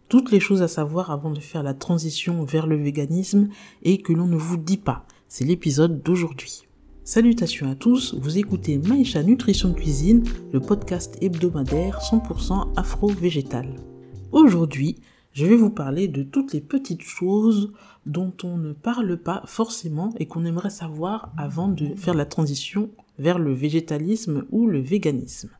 Toutes les choses à savoir avant de faire la transition vers le véganisme et que l'on ne vous dit pas. C'est l'épisode d'aujourd'hui. Salutations à tous, vous écoutez Maïcha Nutrition Cuisine, le podcast hebdomadaire 100% afro-végétal. Aujourd'hui, je vais vous parler de toutes les petites choses dont on ne parle pas forcément et qu'on aimerait savoir avant de faire la transition vers le végétalisme ou le véganisme.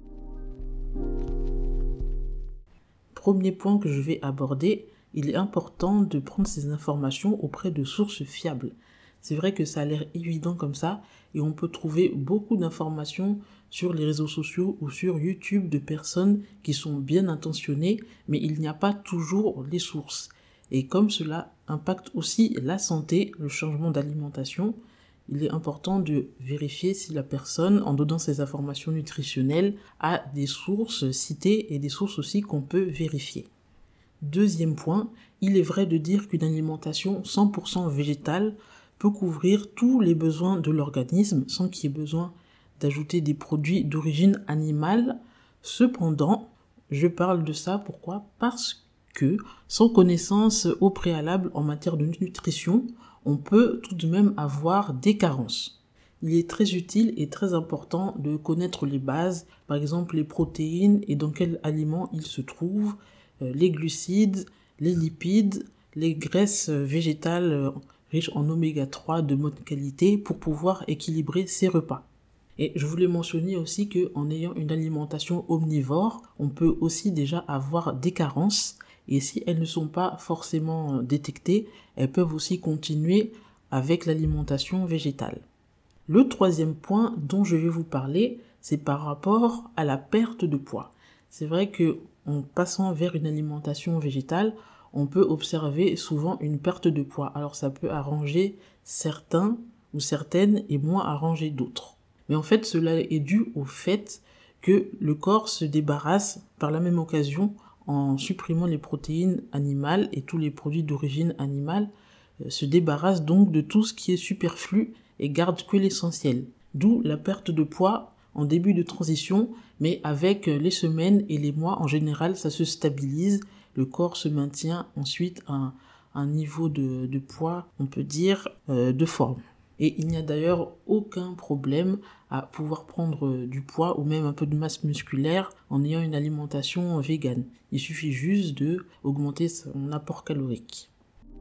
Premier point que je vais aborder, il est important de prendre ces informations auprès de sources fiables. C'est vrai que ça a l'air évident comme ça et on peut trouver beaucoup d'informations sur les réseaux sociaux ou sur YouTube de personnes qui sont bien intentionnées, mais il n'y a pas toujours les sources. Et comme cela impacte aussi la santé, le changement d'alimentation, il est important de vérifier si la personne, en donnant ces informations nutritionnelles, a des sources citées et des sources aussi qu'on peut vérifier. Deuxième point, il est vrai de dire qu'une alimentation 100% végétale peut couvrir tous les besoins de l'organisme sans qu'il y ait besoin d'ajouter des produits d'origine animale. Cependant, je parle de ça, pourquoi ? Parce que, sans connaissance au préalable en matière de nutrition, on peut tout de même avoir des carences. Il est très utile et très important de connaître les bases, par exemple les protéines et dans quels aliments ils se trouvent, les glucides, les lipides, les graisses végétales riches en oméga 3 de bonne qualité pour pouvoir équilibrer ses repas. Et je voulais mentionner aussi qu'en ayant une alimentation omnivore, on peut aussi déjà avoir des carences. Et si elles ne sont pas forcément détectées, elles peuvent aussi continuer avec l'alimentation végétale. Le troisième point dont je vais vous parler, c'est par rapport à la perte de poids. C'est vrai que en passant vers une alimentation végétale, on peut observer souvent une perte de poids. Alors ça peut arranger certains ou certaines et moins arranger d'autres. Mais en fait, cela est dû au fait que le corps se débarrasse par la même occasion en supprimant les protéines animales et tous les produits d'origine animale, se débarrasse donc de tout ce qui est superflu et garde que l'essentiel. D'où la perte de poids en début de transition, mais avec les semaines et les mois, en général, ça se stabilise. Le corps se maintient ensuite à un niveau de poids, on peut dire, de forme. Et il n'y a d'ailleurs aucun problème à pouvoir prendre du poids ou même un peu de masse musculaire en ayant une alimentation végane. Il suffit juste de augmenter son apport calorique.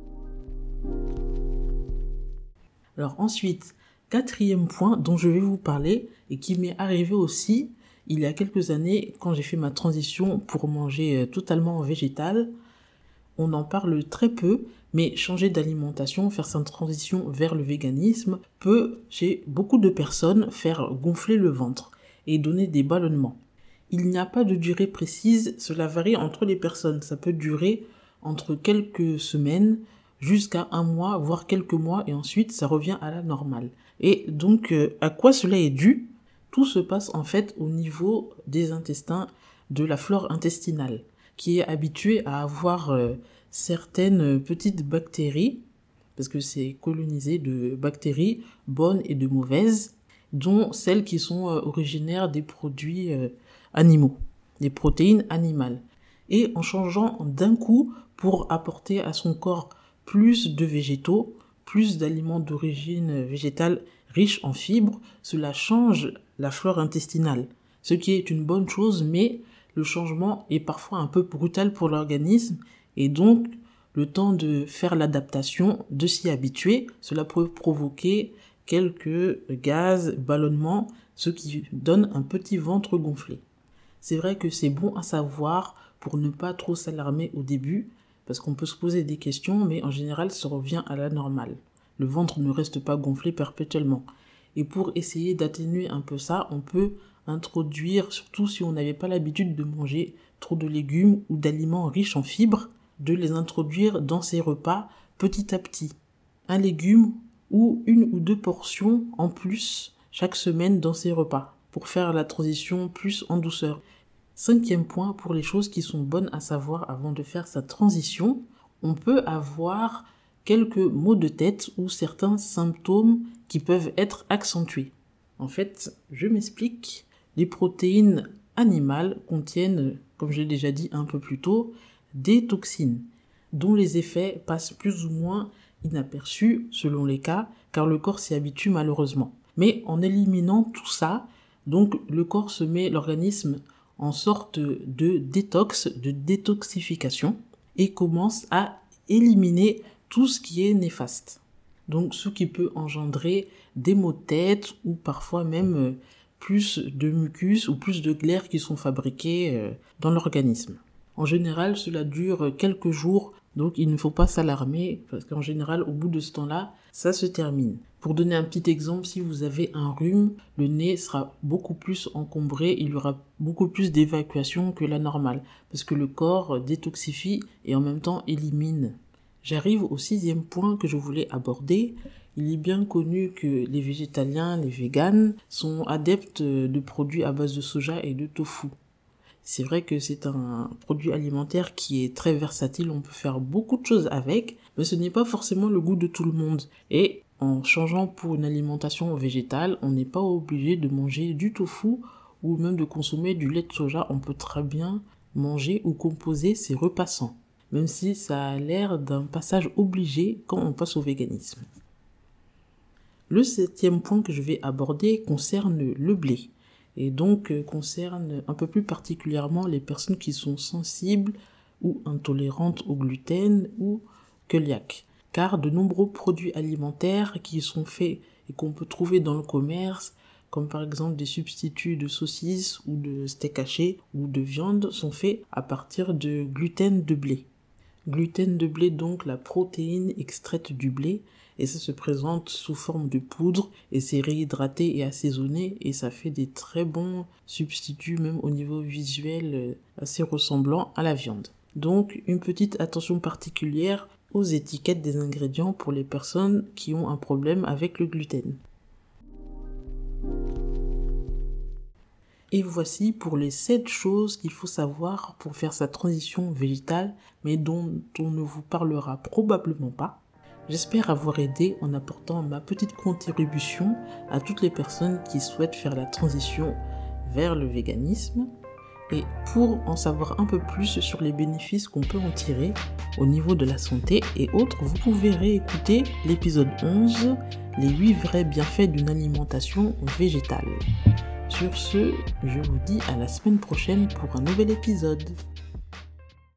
Alors ensuite, quatrième point dont je vais vous parler et qui m'est arrivé aussi il y a quelques années quand j'ai fait ma transition pour manger totalement végétal. On en parle très peu, mais changer d'alimentation, faire sa transition vers le véganisme peut, chez beaucoup de personnes, faire gonfler le ventre et donner des ballonnements. Il n'y a pas de durée précise, cela varie entre les personnes. Ça peut durer entre quelques semaines jusqu'à un mois, voire quelques mois, et ensuite ça revient à la normale. Et donc, à quoi cela est dû ? Tout se passe en fait au niveau des intestins, de la flore intestinale, qui est habituée à avoir certaines petites bactéries, parce que c'est colonisé de bactéries bonnes et de mauvaises, dont celles qui sont originaires des produits animaux, des protéines animales. Et en changeant d'un coup pour apporter à son corps plus de végétaux, plus d'aliments d'origine végétale riches en fibres, cela change la flore intestinale, ce qui est une bonne chose, mais le changement est parfois un peu brutal pour l'organisme et donc le temps de faire l'adaptation, de s'y habituer, cela peut provoquer quelques gaz, ballonnements, ce qui donne un petit ventre gonflé. C'est vrai que c'est bon à savoir pour ne pas trop s'alarmer au début, parce qu'on peut se poser des questions, mais en général, ça revient à la normale. Le ventre ne reste pas gonflé perpétuellement. Et pour essayer d'atténuer un peu ça, on peut introduire, surtout si on n'avait pas l'habitude de manger trop de légumes ou d'aliments riches en fibres, de les introduire dans ses repas petit à petit. Un légume ou 1 ou 2 portions en plus chaque semaine dans ses repas, pour faire la transition plus en douceur. 5e point, pour les choses qui sont bonnes à savoir avant de faire sa transition, on peut avoir quelques maux de tête ou certains symptômes qui peuvent être accentués. En fait, je m'explique, les protéines animales contiennent, comme je l'ai déjà dit un peu plus tôt, des toxines, dont les effets passent plus ou moins inaperçus selon les cas, car le corps s'y habitue malheureusement. Mais en éliminant tout ça, donc le corps se met l'organisme en sorte de détox, de détoxification, et commence à éliminer tout ce qui est néfaste. Donc ce qui peut engendrer des maux de tête ou parfois même plus de mucus ou plus de glaires qui sont fabriqués dans l'organisme. En général, cela dure quelques jours, donc il ne faut pas s'alarmer parce qu'en général, au bout de ce temps-là, ça se termine. Pour donner un petit exemple, si vous avez un rhume, le nez sera beaucoup plus encombré, il y aura beaucoup plus d'évacuation que la normale parce que le corps détoxifie et en même temps élimine. J'arrive au 6e point que je voulais aborder. Il est bien connu que les végétaliens, les véganes, sont adeptes de produits à base de soja et de tofu. C'est vrai que c'est un produit alimentaire qui est très versatile, on peut faire beaucoup de choses avec, mais ce n'est pas forcément le goût de tout le monde. Et en changeant pour une alimentation végétale, on n'est pas obligé de manger du tofu ou même de consommer du lait de soja. On peut très bien manger ou composer ses repas sans, même si ça a l'air d'un passage obligé quand on passe au véganisme. Le 7e point que je vais aborder concerne le blé. Et donc concerne un peu plus particulièrement les personnes qui sont sensibles ou intolérantes au gluten ou cœliaques. Car de nombreux produits alimentaires qui sont faits et qu'on peut trouver dans le commerce, comme par exemple des substituts de saucisses ou de steak haché ou de viande, sont faits à partir de gluten de blé. Gluten de blé, donc la protéine extraite du blé, et ça se présente sous forme de poudre et c'est réhydraté et assaisonné et ça fait des très bons substituts même au niveau visuel assez ressemblant à la viande. Donc une petite attention particulière aux étiquettes des ingrédients pour les personnes qui ont un problème avec le gluten. Et voici pour les 7 choses qu'il faut savoir pour faire sa transition végétale, mais dont on ne vous parlera probablement pas. J'espère avoir aidé en apportant ma petite contribution à toutes les personnes qui souhaitent faire la transition vers le véganisme. Et pour en savoir un peu plus sur les bénéfices qu'on peut en tirer au niveau de la santé et autres, vous pouvez réécouter l'épisode 11, les 8 vrais bienfaits d'une alimentation végétale. Sur ce, je vous dis à la semaine prochaine pour un nouvel épisode.